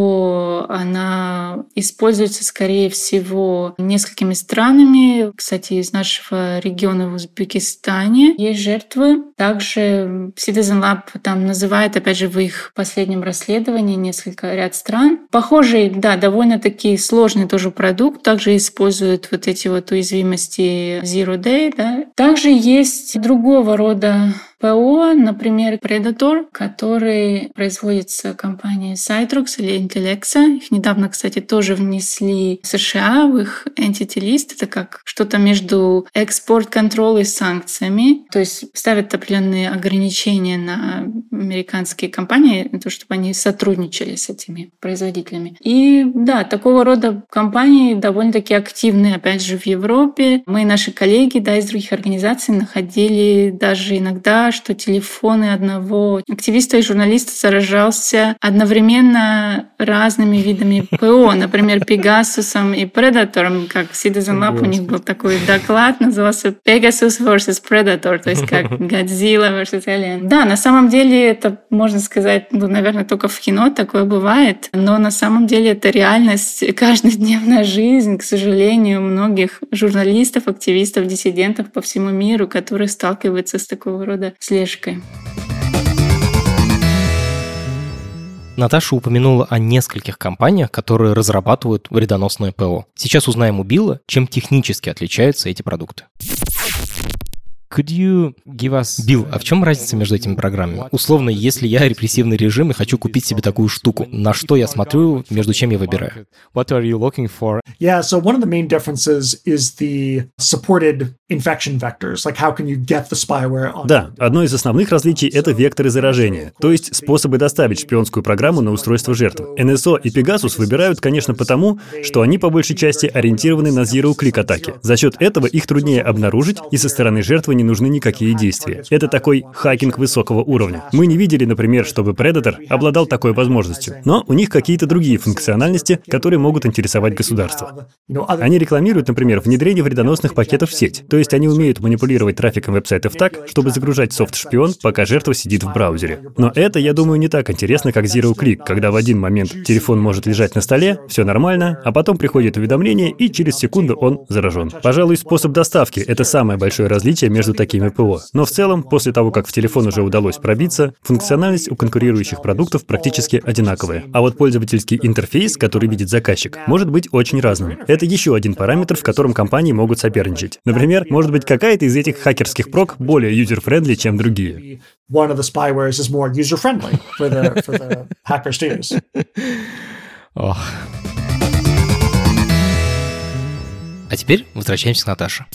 что она используется, скорее всего, несколькими странами. Кстати, из нашего региона в Узбекистане есть жертвы. Также Citizen Lab там называет, опять же, в их последнем расследовании ряд стран. Похожий, довольно-таки сложный тоже продукт. Также используют вот эти вот уязвимости Zero Day. Да. Также есть другого рода ПО, например, Predator, который производится компанией Citrix или Intellexa. Их недавно, кстати, тоже внесли в США в их Entity List. Это как что-то между экспорт-контролем и санкциями. То есть ставят определенные ограничения на американские компании, на то, чтобы они сотрудничали с этими производителями. И да, такого рода компании довольно-таки активны, опять же, в Европе. Мы и наши коллеги, да, из других организаций находили даже иногда, что телефоны одного активиста и журналиста заражался одновременно разными видами ПО, например, Pegasus и Predator, как Citizen Lab, у них был такой доклад, назывался Pegasus vs. Predator, то есть как Godzilla vs. Alien. Да, на самом деле это, можно сказать, наверное, только в кино такое бывает, но на самом деле это реальность, каждодневная жизнь, к сожалению, многих журналистов, активистов, диссидентов по всему миру, которые сталкиваются с такого рода слежкой. Наташа упомянула о нескольких компаниях, которые разрабатывают вредоносное ПО. Сейчас узнаем у Билла, чем технически отличаются эти продукты. Билл, а в чем разница между этими программами? Условно, если я репрессивный режим и хочу купить себе такую штуку, на что я смотрю, между чем я выбираю? Yeah, so one of the main differences is the supported infection vectors. Like how can you get the spyware on? Да, одно из основных различий — это векторы заражения, то есть способы доставить шпионскую программу на устройство жертв. NSO и Pegasus выбирают, конечно, потому, что они по большей части ориентированы на zero-click атаки. За счет этого их труднее обнаружить, и со стороны жертвы не нужны никакие действия. Это такой хакинг высокого уровня. Мы не видели, например, чтобы Predator обладал такой возможностью, но у них какие-то другие функциональности, которые могут интересовать государство. Они рекламируют, например, внедрение вредоносных пакетов в сеть, то есть они умеют манипулировать трафиком веб-сайтов так, чтобы загружать софт-шпион, пока жертва сидит в браузере. Но это, я думаю, не так интересно, как zero-click, когда в один момент телефон может лежать на столе, все нормально, а потом приходит уведомление, и через секунду он заражен. Пожалуй, способ доставки — это самое большое различие между такими ПО. Но в целом, после того, как в телефон уже удалось пробиться, функциональность у конкурирующих продуктов практически одинаковая. А вот пользовательский интерфейс, который видит заказчик, может быть очень разным. Это еще один параметр, в котором компании могут соперничать. Например, может быть, какая-то из этих хакерских прог более юзер-френдли, чем другие. One of the spywares is more user-friendly for the hackers to use. А теперь возвращаемся к Наташе.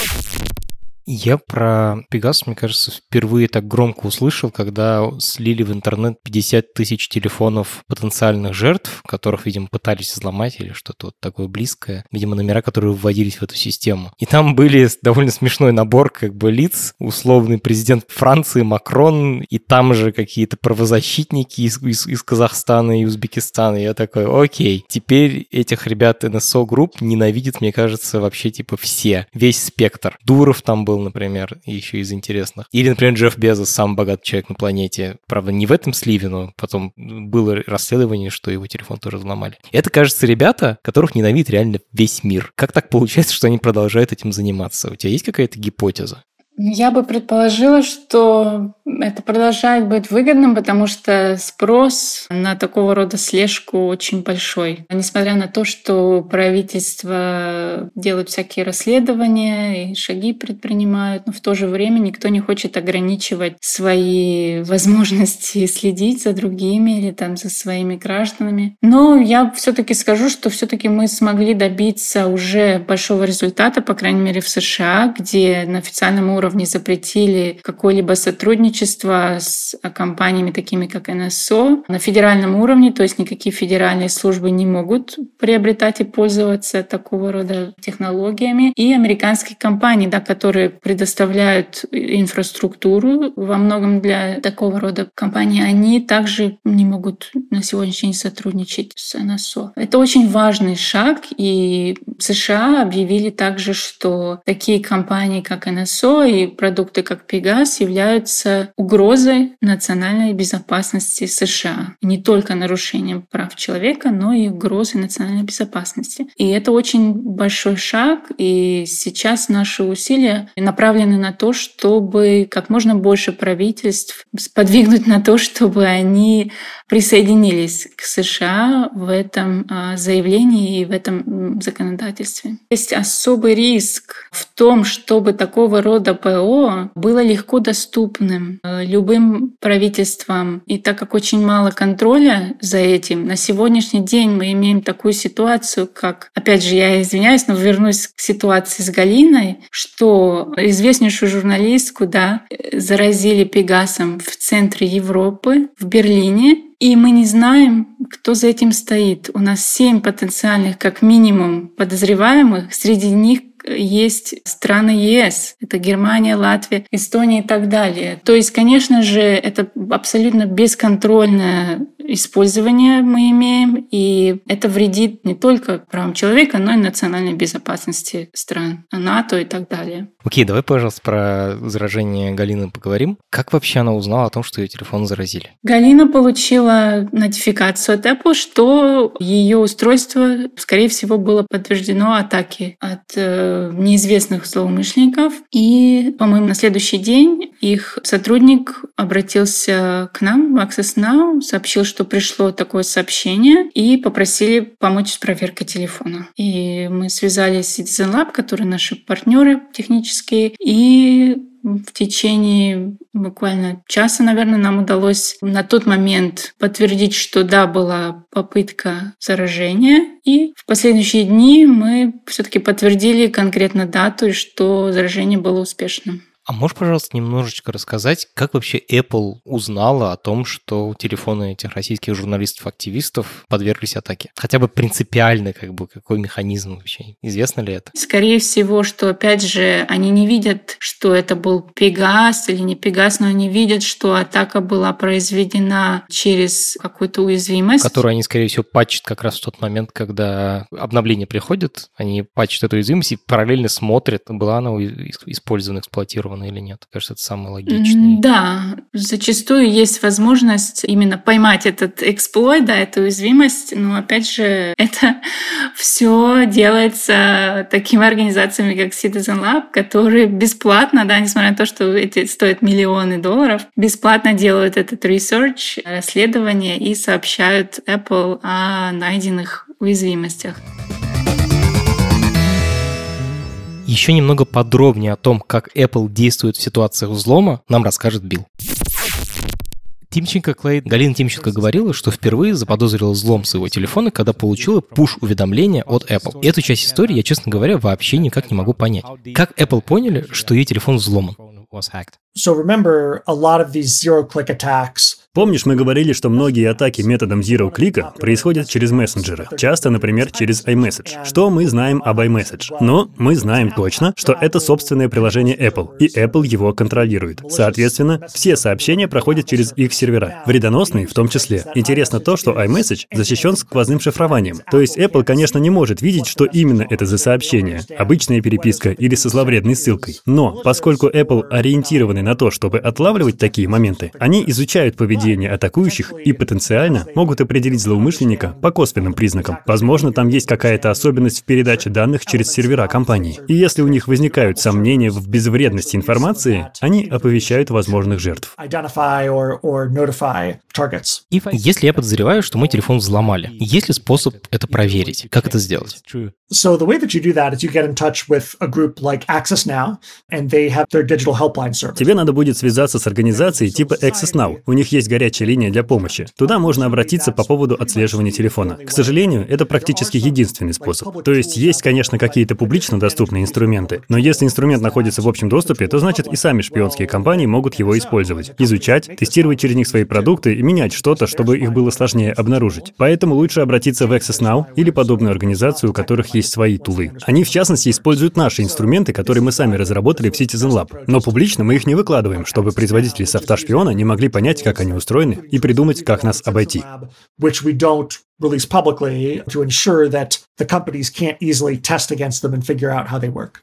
Я про Pegasus, мне кажется, впервые так громко услышал, когда слили в интернет 50 тысяч телефонов потенциальных жертв, которых, видимо, пытались взломать или что-то вот такое близкое. Видимо, номера, которые вводились в эту систему. И там были довольно смешной набор лиц. Условный президент Франции Макрон, и там же какие-то правозащитники из Казахстана и Узбекистана. И я такой, окей, теперь этих ребят NSO Group ненавидят, мне кажется, вообще все. Весь спектр. Дуров там был, например, еще из интересных. Или, например, Джефф Безос, самый богатый человек на планете. Правда, не в этом сливе, но потом было расследование, что его телефон тоже взломали. Это, кажется, ребята, которых ненавидит реально весь мир. Как так получается, что они продолжают этим заниматься? У тебя есть какая-то гипотеза? Я бы предположила, что это продолжает быть выгодным, потому что спрос на такого рода слежку очень большой. Несмотря на то, что правительство делают всякие расследования и шаги предпринимают, но в то же время никто не хочет ограничивать свои возможности следить за другими или за своими гражданами. Но я все-таки скажу, что все-таки мы смогли добиться уже большого результата, по крайней мере в США, где на официальном уровне запретили какое-либо сотрудничество с компаниями, такими как NSO, на федеральном уровне, то есть никакие федеральные службы не могут приобретать и пользоваться такого рода технологиями. И американские компании, которые предоставляют инфраструктуру во многом для такого рода компаний, они также не могут на сегодняшний день сотрудничать с NSO. Это очень важный шаг, и США объявили также, что такие компании, как NSO и продукты, как Pegasus, являются угрозой национальной безопасности США. Не только нарушением прав человека, но и угрозой национальной безопасности. И это очень большой шаг, и сейчас наши усилия направлены на то, чтобы как можно больше правительств сподвигнуть на то, чтобы они присоединились к США в этом заявлении и в этом законодательстве. Есть особый риск в том, чтобы такого рода ПО было легко доступным любым правительствам. И так как очень мало контроля за этим, на сегодняшний день мы имеем такую ситуацию, как, опять же, я извиняюсь, но вернусь к ситуации с Галиной, что известнейшую журналистку, заразили пегасом в центре Европы, в Берлине, и мы не знаем, кто за этим стоит. У нас 7 потенциальных, как минимум, подозреваемых. Среди них есть страны ЕС. Это Германия, Латвия, Эстония и так далее. То есть, конечно же, это абсолютно бесконтрольное использование мы имеем, и это вредит не только правам человека, но и национальной безопасности стран, НАТО и так далее. Окей, давай, пожалуйста, про заражение Галины поговорим. Как вообще она узнала о том, что ее телефон заразили? Галина получила нотификацию от Apple, что ее устройство, скорее всего, было подтверждено атаке от неизвестных злоумышленников. И, по-моему, на следующий день их сотрудник обратился к нам в Access Now, сообщил, что пришло такое сообщение, и попросили помочь с проверкой телефона. И мы связались с Citizen Lab, которые наши партнеры технические, и в течение буквально часа, наверное, нам удалось на тот момент подтвердить, что да, была попытка заражения. И в последующие дни мы все-таки подтвердили конкретно дату, и что заражение было успешным. А можешь, пожалуйста, немножечко рассказать, как вообще Apple узнала о том, что телефоны этих российских журналистов-активистов подверглись атаке? Хотя бы принципиально, какой механизм вообще? Известно ли это? Скорее всего, что, опять же, они не видят, что это был Пегас или не Пегас, но они видят, что атака была произведена через какую-то уязвимость. Которую они, скорее всего, патчат как раз в тот момент, когда обновление приходит, они патчат эту уязвимость и параллельно смотрят, была она использована, эксплуатирована или нет. Кажется, это самое логичное. Да, зачастую есть возможность именно поймать этот эксплойт, эту уязвимость, но опять же, это все делается такими организациями, как Citizen Lab, которые бесплатно, несмотря на то, что эти стоят миллионы долларов, бесплатно делают этот research, расследование и сообщают Apple о найденных уязвимостях. Еще немного подробнее о том, как Apple действует в ситуациях взлома, нам расскажет Билл. Галина Тимченко говорила, что впервые заподозрила взлом своего телефона, когда получила пуш-уведомление от Apple. Эту часть истории я, честно говоря, вообще никак не могу понять. Как Apple поняли, что ее телефон взломан? So remember, a lot of these zero-click attacks. Помнишь, мы говорили, что многие атаки методом zero-клика происходят через мессенджеры, часто, например, через iMessage. Что мы знаем об iMessage? Но мы знаем точно, что это собственное приложение Apple, и Apple его контролирует. Соответственно, все сообщения проходят через их сервера, вредоносные в том числе. Интересно то, что iMessage защищен сквозным шифрованием. То есть Apple, конечно, не может видеть, что именно это за сообщение, обычная переписка или со зловредной ссылкой. Но поскольку Apple ориентированы на то, чтобы отлавливать такие моменты, они изучают поведение атакующих и потенциально могут определить злоумышленника по косвенным признакам. Возможно, там есть какая-то особенность в передаче данных через сервера компании. И если у них возникают сомнения в безвредности информации, они оповещают возможных жертв. Если я подозреваю, что мой телефон взломали, есть ли способ это проверить? Как это сделать? So the way that you do that is you get in touch with a group like Access Now, and they have their digital helpline service. Тебе надо будет связаться с организацией типа Access Now. У них есть горячая линия для помощи. Туда можно обратиться по поводу отслеживания телефона. К сожалению, это практически единственный способ. То есть, конечно, какие-то публично доступные инструменты, но если инструмент находится в общем доступе, то значит и сами шпионские компании могут его использовать, изучать, тестировать через них свои продукты и менять что-то, чтобы их было сложнее обнаружить. Поэтому лучше обратиться в Access Now или подобную организацию, у которых есть свои тулы. Они, в частности, используют наши инструменты, которые мы сами разработали в Citizen Lab. Но публично мы их не выкладываем, чтобы производители софта шпиона не могли понять, как они устроены, и придумать, как нас обойти. Release publicly to ensure that the companies can't easily test against them and figure out how they work.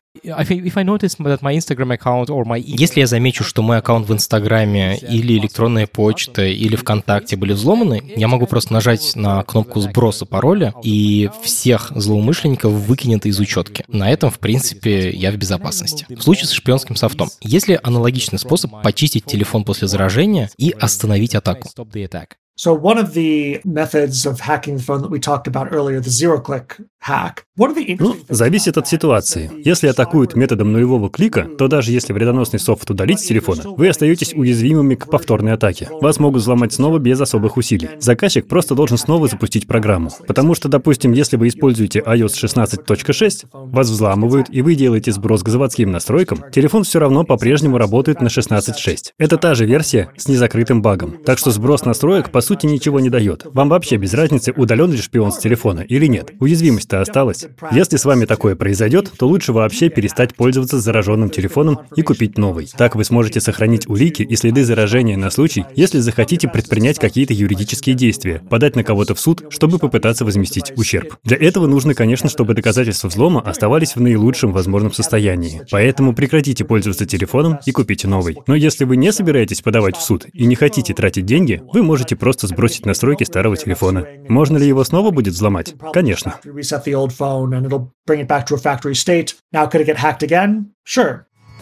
Если я замечу, что мой аккаунт в Инстаграме или электронная почта или ВКонтакте были взломаны, я могу просто нажать на кнопку сброса пароля, и всех злоумышленников выкинет из учетки. На этом, в принципе, я в безопасности. В случае с шпионским софтом, есть ли аналогичный способ почистить телефон после заражения и остановить атаку? So one of the methods of hacking the phone that we talked about earlier, the zero-click hack. One of the interesting things Зависит от ситуации. Если атакуют методом нулевого клика, то даже если вредоносный софт удалить с телефона, вы остаетесь уязвимыми к повторной атаке. Вас могут взломать снова без особых усилий. Заказчик просто должен снова запустить программу. Потому что, допустим, если вы используете iOS 16.6, вас взламывают, и вы делаете сброс к заводским настройкам, телефон все равно по-прежнему работает на 16.6. Это та же версия с незакрытым багом. Так что сброс настроек, по сути, ничего не дает. Вам вообще без разницы, удален ли шпион с телефона или нет. Уязвимость-то осталась. Если с вами такое произойдет, то лучше вообще перестать пользоваться зараженным телефоном и купить новый. Так вы сможете сохранить улики и следы заражения на случай, если захотите предпринять какие-то юридические действия, подать на кого-то в суд, чтобы попытаться возместить ущерб. Для этого нужно, конечно, чтобы доказательства взлома оставались в наилучшем возможном состоянии. Поэтому прекратите пользоваться телефоном и купите новый. Но если вы не собираетесь подавать в суд и не хотите тратить деньги, вы можете просто сбросить настройки старого телефона. Можно ли его снова будет взломать? Конечно. reset the old phone and it'll bring it back to a factory state. Now, could it get hacked again? Sure.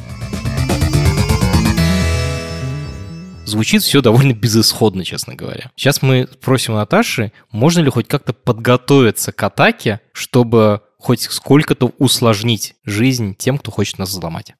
Звучит все довольно безысходно, честно говоря. Сейчас мы спросим у Наташи, можно ли хоть как-то подготовиться к атаке, чтобы хоть сколько-то усложнить жизнь тем, кто хочет нас взломать.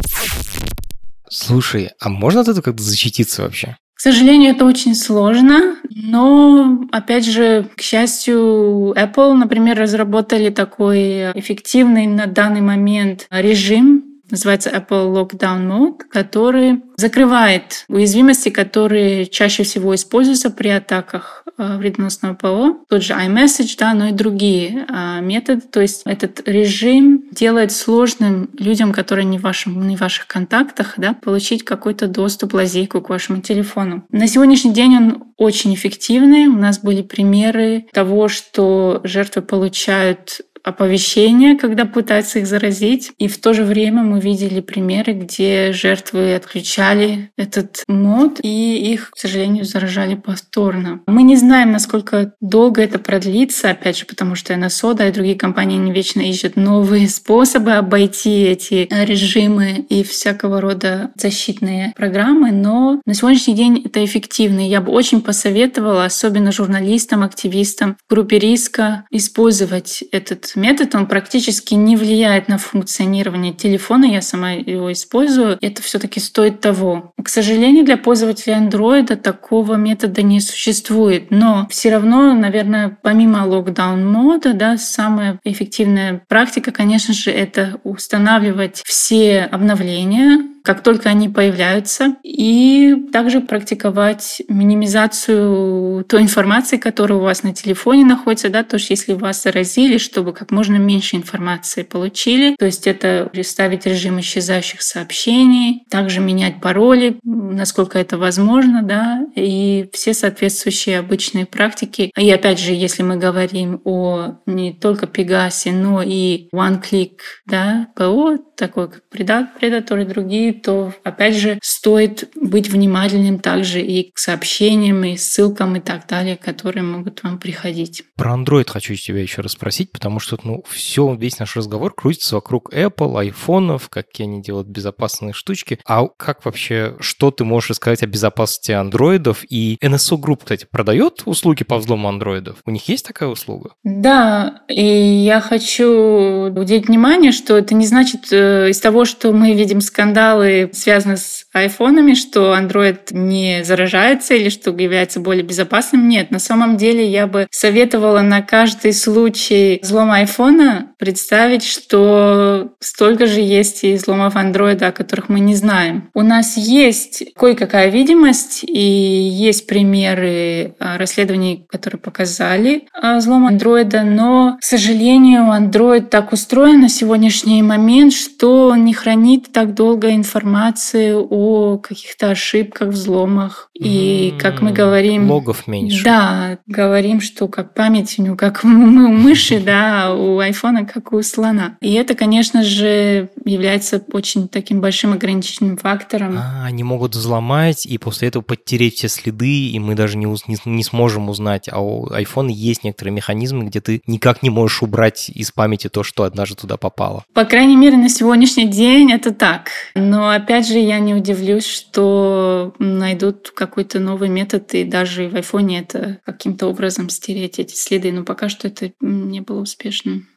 Слушай, а можно от этого как-то защититься вообще? К сожалению, это очень сложно, но, опять же, к счастью, Apple, например, разработали такой эффективный на данный момент режим, называется Apple Lockdown Mode, который закрывает уязвимости, которые чаще всего используются при атаках вредоносного ПО. Тот же iMessage, да, но и другие методы. То есть этот режим делает сложным людям, которые не в ваших контактах, да, получить какой-то доступ, лазейку к вашему телефону. На сегодняшний день он очень эффективный. У нас были примеры того, что жертвы получают оповещения, когда пытаются их заразить. И в то же время мы видели примеры, где жертвы отключали этот мод, и их, к сожалению, заражали повторно. Мы не знаем, насколько долго это продлится, опять же, потому что NSO, да, и другие компании не вечно ищут новые способы обойти эти режимы и всякого рода защитные программы, но на сегодняшний день это эффективно. Я бы очень посоветовала, особенно журналистам, активистам в группе риска, использовать этот метод. Он практически не влияет на функционирование телефона. Я сама его использую. Это все-таки стоит того. К сожалению, для пользователей Android такого метода не существует. Но все равно, наверное, помимо локдаун-мода, да, самая эффективная практика, конечно же, это устанавливать все обновления, как только они появляются, и также практиковать минимизацию той информации, которая у вас на телефоне находится, да, то есть если вас заразили, чтобы как можно меньше информации получили, то есть это ставить режим исчезающих сообщений, также менять пароли, насколько это возможно, да, и все соответствующие обычные практики. И опять же, если мы говорим о не только Pegasus, но и OneClick, да, ПО, такой как Predator и другие, то, опять же, стоит быть внимательным также и к сообщениям, и ссылкам и так далее, которые могут вам приходить. Про Android хочу тебя еще раз спросить, потому что, весь наш разговор крутится вокруг Apple, айфонов, какие они делают безопасные штучки. А как вообще, что ты можешь рассказать о безопасности андроидов? И NSO Group, кстати, продает услуги по взлому андроидов? У них есть такая услуга? Да, и я хочу уделить внимание, что это не значит из того, что мы видим скандалы, связанные с айфонами, что Android не заражается или что является более безопасным. Нет, на самом деле я бы советовала на каждый случай взлома айфона представить, что столько же есть и взломов андроида, о которых мы не знаем. У нас есть кое-какая видимость, и есть примеры расследований, которые показали взлом андроида, но, к сожалению, Android так устроен на сегодняшний момент, что он не хранит так долго информации о каких-то ошибках, взломах. И, как мы говорим... Логов меньше. Да, говорим, что как память у него, как у мыши, да, у айфона, как у слона. И это, конечно же, является очень таким большим ограничительным фактором. Они могут взломать и после этого подтереть все следы, и мы даже не сможем узнать. А у айфона есть некоторые механизмы, где ты никак не можешь убрать из памяти то, что однажды туда попало. По крайней мере, на сегодняшний день это так. Но, опять же, я не удивлюсь, что найдут какой-то новый метод, и даже в айфоне это каким-то образом стереть эти следы. Но пока что это не было успешным.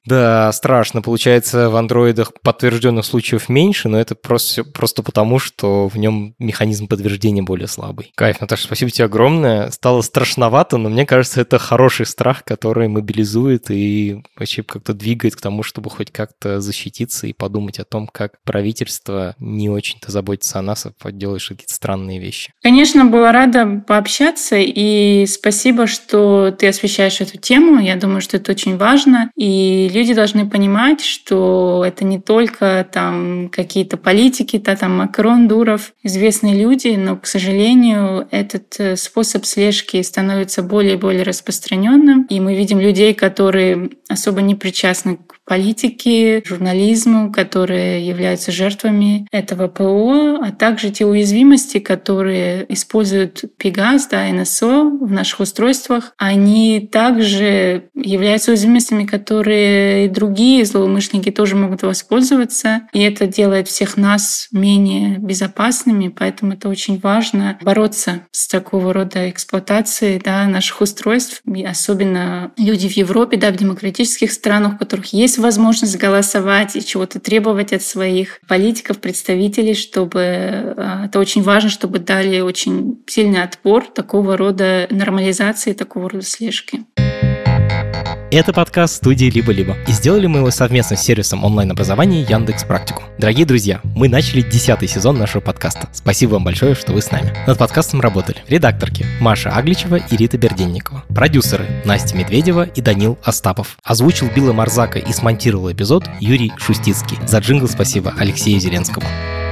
Да, страшно. Получается, в андроидах подтвержденных случаев меньше, но это просто потому, что в нем механизм подтверждения более слабый. Кайф, Наташа, спасибо тебе огромное. Стало страшновато, но мне кажется, это хороший страх, который мобилизует и вообще как-то двигает к тому, чтобы хоть как-то защититься и подумать о том, как правительство не очень-то заботится о нас, а делаешь какие-то странные вещи. Конечно, была рада пообщаться, и спасибо, что ты освещаешь эту тему. Я думаю, что это очень важно, и люди должны понимать, что это не только там какие-то политики, там Макрон, Дуров, известные люди, но, к сожалению, этот способ слежки становится более и более распространенным, и мы видим людей, которые особо не причастны к политике, журнализму, которые являются жертвами этого ПО, а также те уязвимости, которые используют Pegas, NSO в наших устройствах, они также являются уязвимостями, которые и другие злоумышленники тоже могут воспользоваться, и это делает всех нас менее безопасными, поэтому это очень важно бороться с такого рода эксплуатацией наших устройств, и особенно люди в Европе, в демократических странах, у которых есть возможность голосовать и чего-то требовать от своих политиков, представителей, чтобы это очень важно, чтобы дали очень сильный отпор такого рода нормализации, такого рода слежки. Это подкаст студии «Либо-либо», и сделали мы его совместно с сервисом онлайн-образования Яндекс.Практикум. Дорогие друзья, мы начали 10-й сезон нашего подкаста. Спасибо вам большое, что вы с нами. Над подкастом работали редакторки Маша Агличева и Рита Берденникова, продюсеры Настя Медведева и Данил Остапов. Озвучил Билла Марзака и смонтировал эпизод Юрий Шустицкий. За джингл спасибо Алексею Зеленскому.